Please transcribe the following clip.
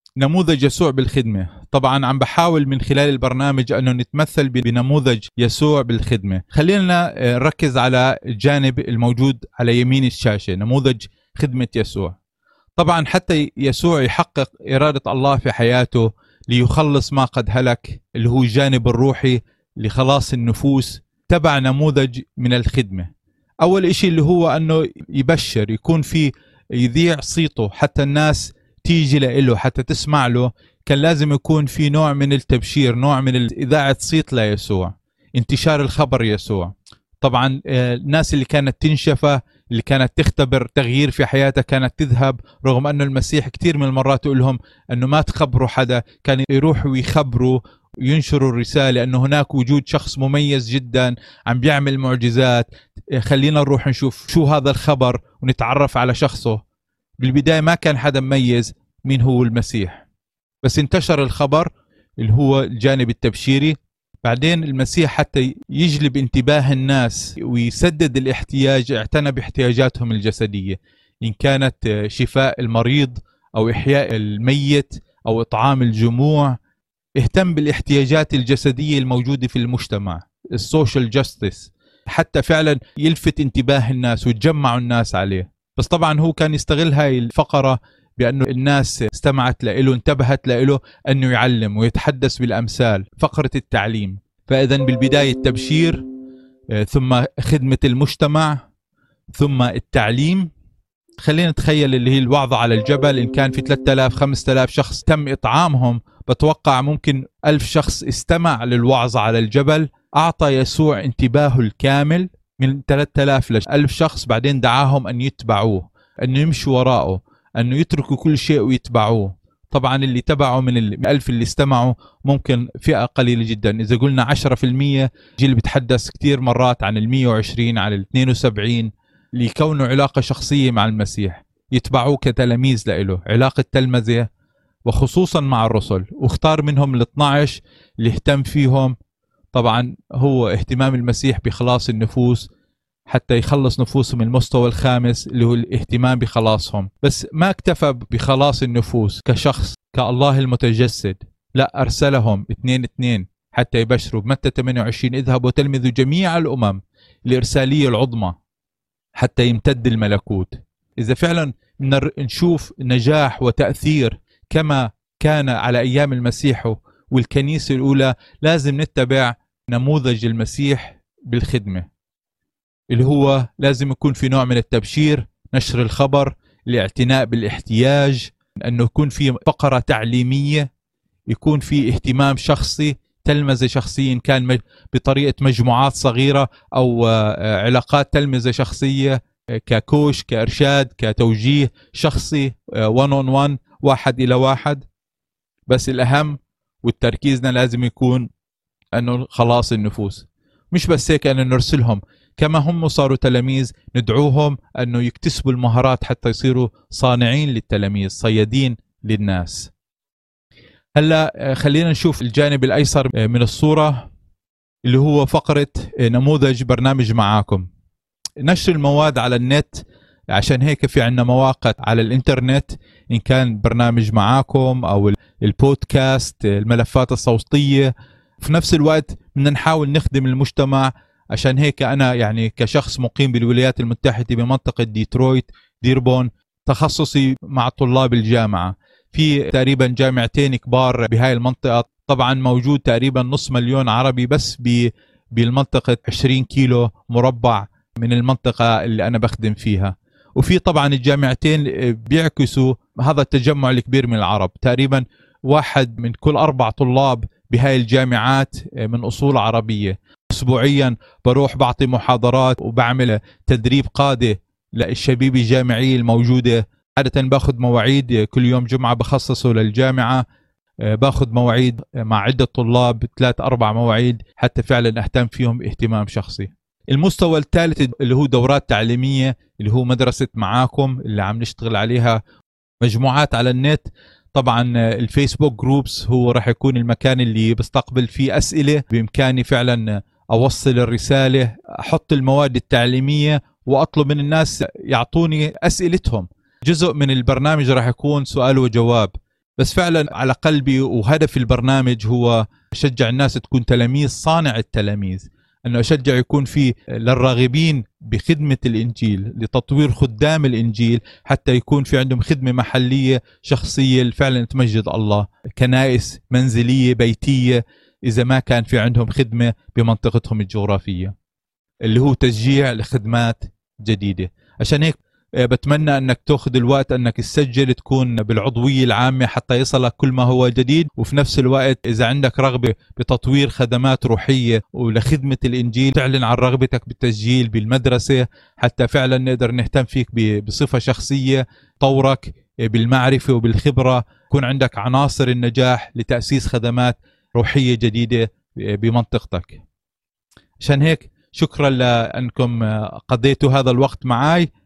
نموذج يسوع بالخدمة. طبعا عم بحاول من خلال البرنامج أنه نتمثل بنموذج يسوع بالخدمة. خلينا نركز على الجانب الموجود على يمين الشاشة، نموذج خدمة يسوع. طبعا حتى يسوع يحقق إرادة الله في حياته ليخلص ما قد هلك، اللي هو الجانب الروحي لخلاص النفوس، تبع نموذج من الخدمة. أول إشي اللي هو أنه يبشر، يكون في يذيع صيته حتى الناس تيجي له حتى تسمع له. كان لازم يكون في نوع من التبشير، نوع من إذاعة صيت ليسوع، انتشار الخبر يسوع. طبعا الناس اللي كانت تنشفى، اللي كانت تختبر تغيير في حياتها، كانت تذهب، رغم أنه المسيح كتير من المرات يقول لهم أنه ما تخبروا حدا، كان يروحوا ويخبروا وينشروا الرسالة أنه هناك وجود شخص مميز جدا عم بيعمل معجزات، خلينا نروح نشوف شو هذا الخبر ونتعرف على شخصه. بالبداية ما كان حدا مميز مين هو المسيح، بس انتشر الخبر اللي هو الجانب التبشيري. بعدين المسيح حتى يجلب انتباه الناس ويسدد الاحتياج، اعتنى باحتياجاتهم الجسدية، إن كانت شفاء المريض أو إحياء الميت أو إطعام الجموع. اهتم بالاحتياجات الجسدية الموجودة في المجتمع، السوشيال جاستس، حتى فعلا يلفت انتباه الناس ويتجمعوا الناس عليه. بس طبعا هو كان يستغل هاي الفقرة بأنه الناس استمعت له، انتبهت له، أنه يعلم ويتحدث بالأمثال، فقرة التعليم. فإذا بالبداية التبشير، ثم خدمة المجتمع، ثم التعليم. خلينا نتخيل اللي هي الوعظة على الجبل، إن كان في 3000 5000 شخص تم إطعامهم، بتوقع ممكن 1000 شخص استمع للوعظة على الجبل. أعطى يسوع انتباهه الكامل من 3000 ل 1000 شخص، بعدين دعاهم أن يتبعوه، أن يمشوا وراءه، أن يتركوا كل شيء ويتبعوه. طبعا اللي تبعوا من 1000 اللي استمعوا ممكن فئة قليلة جدا. إذا قلنا 10%، جيل بتحدث كتير مرات عن 120، عن 72، ليكونوا علاقة شخصية مع المسيح، يتبعوه كتلاميذ له، علاقة تلمذة، وخصوصا مع الرسل. واختار منهم ال12 اللي اهتم فيهم. طبعا هو اهتمام المسيح بخلاص النفوس، حتى يخلص نفوسهم المستوى الخامس اللي هو الاهتمام بخلاصهم. بس ما اكتفى بخلاص النفوس كشخص، كالله المتجسد، لا، أرسلهم 2 حتى يبشروا. بمتى 28: اذهبوا وتلمذوا جميع الأمم، الإرسالية العظمى حتى يمتد الملكوت. إذا فعلا نشوف نجاح وتأثير كما كان على أيام المسيح والكنيسة الأولى، لازم نتبع نموذج المسيح بالخدمة، اللي هو لازم يكون في نوع من التبشير، نشر الخبر، الاعتناء بالاحتياج، أنه يكون في فقرة تعليمية، يكون في اهتمام شخصي، تلمذة شخصية، إن كان بطريقة مجموعات صغيرة أو علاقات تلمذة شخصية ككوش، كإرشاد، كتوجيه شخصي، one on one، واحد إلى واحد. بس الأهم والتركيزنا لازم يكون أنه خلاص النفوس. مش بس هيك، أنه نرسلهم كما هم صاروا تلاميذ، ندعوهم أنه يكتسبوا المهارات حتى يصيروا صانعين للتلاميذ، صيادين للناس. هلا خلينا نشوف الجانب الأيسر من الصورة، اللي هو فقرة نموذج برنامج معاكم. نشر المواد على النت، عشان هيك في عنا مواقع على الانترنت، إن كان برنامج معاكم أو البودكاست، الملفات الصوتية. في نفس الوقت بدنا نحاول نخدم المجتمع. عشان هيك أنا يعني كشخص مقيم بالولايات المتحدة بمنطقة ديترويت ديربون، تخصصي مع طلاب الجامعة في تقريبا جامعتين كبار بهاي المنطقة. طبعا موجود تقريبا 500,000 عربي بس بالمنطقة 20 كيلو مربع من المنطقة اللي أنا بخدم فيها. وفي طبعا الجامعتين بيعكسوا هذا التجمع الكبير من العرب، تقريبا 1 من كل 4 طلاب بهاي الجامعات من أصول عربية. أسبوعيا بروح بعطي محاضرات وبعمل تدريب قادة للشبيبة الجامعية الموجودة. عادة باخذ مواعيد كل يوم جمعة بخصصه للجامعة، باخذ مواعيد مع عدة طلاب 3-4 مواعيد حتى فعلا أهتم فيهم اهتمام شخصي. المستوى الثالث اللي هو دورات تعليمية، اللي هو مدرسة معاكم اللي عم نشتغل عليها، مجموعات على النت. طبعا الفيسبوك جروبس هو راح يكون المكان اللي بستقبل فيه أسئلة، بإمكاني فعلا أوصل الرسالة، أحط المواد التعليمية وأطلب من الناس يعطوني أسئلتهم. جزء من البرنامج راح يكون سؤال وجواب، بس فعلا على قلبي وهدف البرنامج هو أشجع الناس تكون تلاميذ صانع التلاميذ، أنه أشجع يكون في للراغبين بخدمة الإنجيل لتطوير خدام الإنجيل، حتى يكون في عندهم خدمة محلية شخصية فعلا تمجد الله، كنائس منزلية بيتية إذا ما كان في عندهم خدمة بمنطقتهم الجغرافية، اللي هو تشجيع لخدمات جديدة. عشان هيك بتمنى أنك تأخذ الوقت أنك تسجل، تكون بالعضوية العامة حتى يصلك كل ما هو جديد. وفي نفس الوقت إذا عندك رغبة بتطوير خدمات روحية ولخدمة الإنجيل، تعلن عن رغبتك بالتسجيل بالمدرسة حتى فعلا نقدر نهتم فيك بصفة شخصية، طورك بالمعرفة وبالخبرة، يكون عندك عناصر النجاح لتأسيس خدمات روحية جديدة بمنطقتك. عشان هيك شكرا لأنكم قضيتوا هذا الوقت معي.